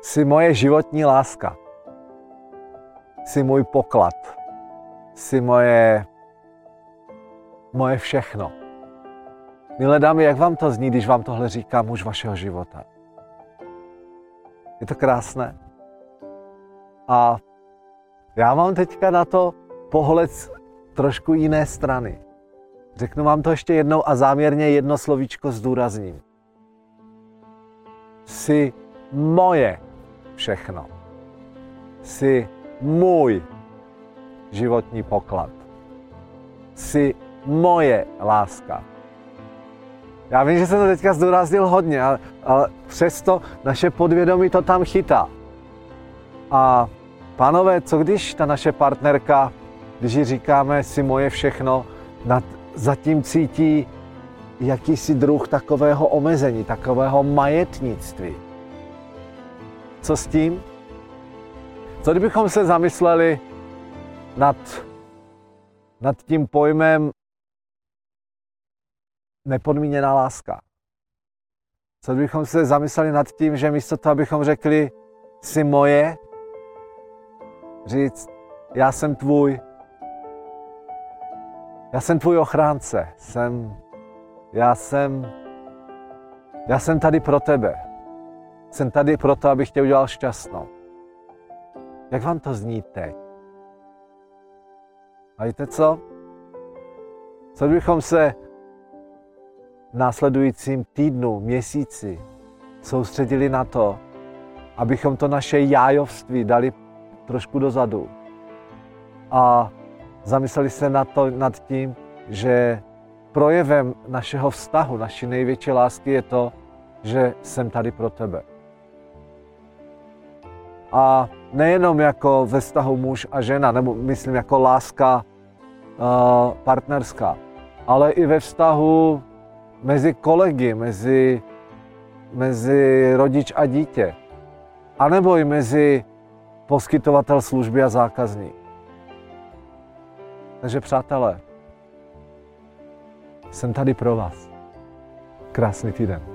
Jsi moje životní láska. Jsi můj poklad. Jsi moje všechno. Milé dámy, jak vám to zní, když vám tohle říká muž vašeho života? Je to krásné? A já mám teďka na to pohled z trošku jiné strany. Řeknu vám to ještě jednou a záměrně jedno slovíčko zdůrazním. Jsi moje všechno. Jsi můj životní poklad. Jsi moje láska. Já vím, že jsem to teďka zdůraznil hodně, ale přesto naše podvědomí to tam chytá. A pánové, co když ta naše partnerka, když jí říkáme jsi moje všechno, zatím cítí jakýsi druh takového omezení, takového majetnictví. Co s tím? Co kdybychom se zamysleli nad tím pojmem nepodmíněná láska? Co kdybychom se zamysleli nad tím, že místo toho, abychom řekli jsi moje, říct já jsem tvůj ochránce, já jsem tady pro tebe. Jsem tady proto, abych tě udělal šťastnou. Jak vám to zní teď? A víte co? Co kdybychom se v následujícím týdnu, měsíci soustředili na to, abychom to naše jájovství dali trošku dozadu a zamysleli se nad tím, že projevem našeho vztahu, naší největší lásky je to, že jsem tady pro tebe. A nejenom jako ve vztahu muž a žena, nebo myslím jako láska partnerská, ale i ve vztahu mezi kolegy, mezi rodič a dítě, anebo i mezi poskytovatel služby a zákazník. Takže přátelé, jsem tady pro vás. Krásný týden.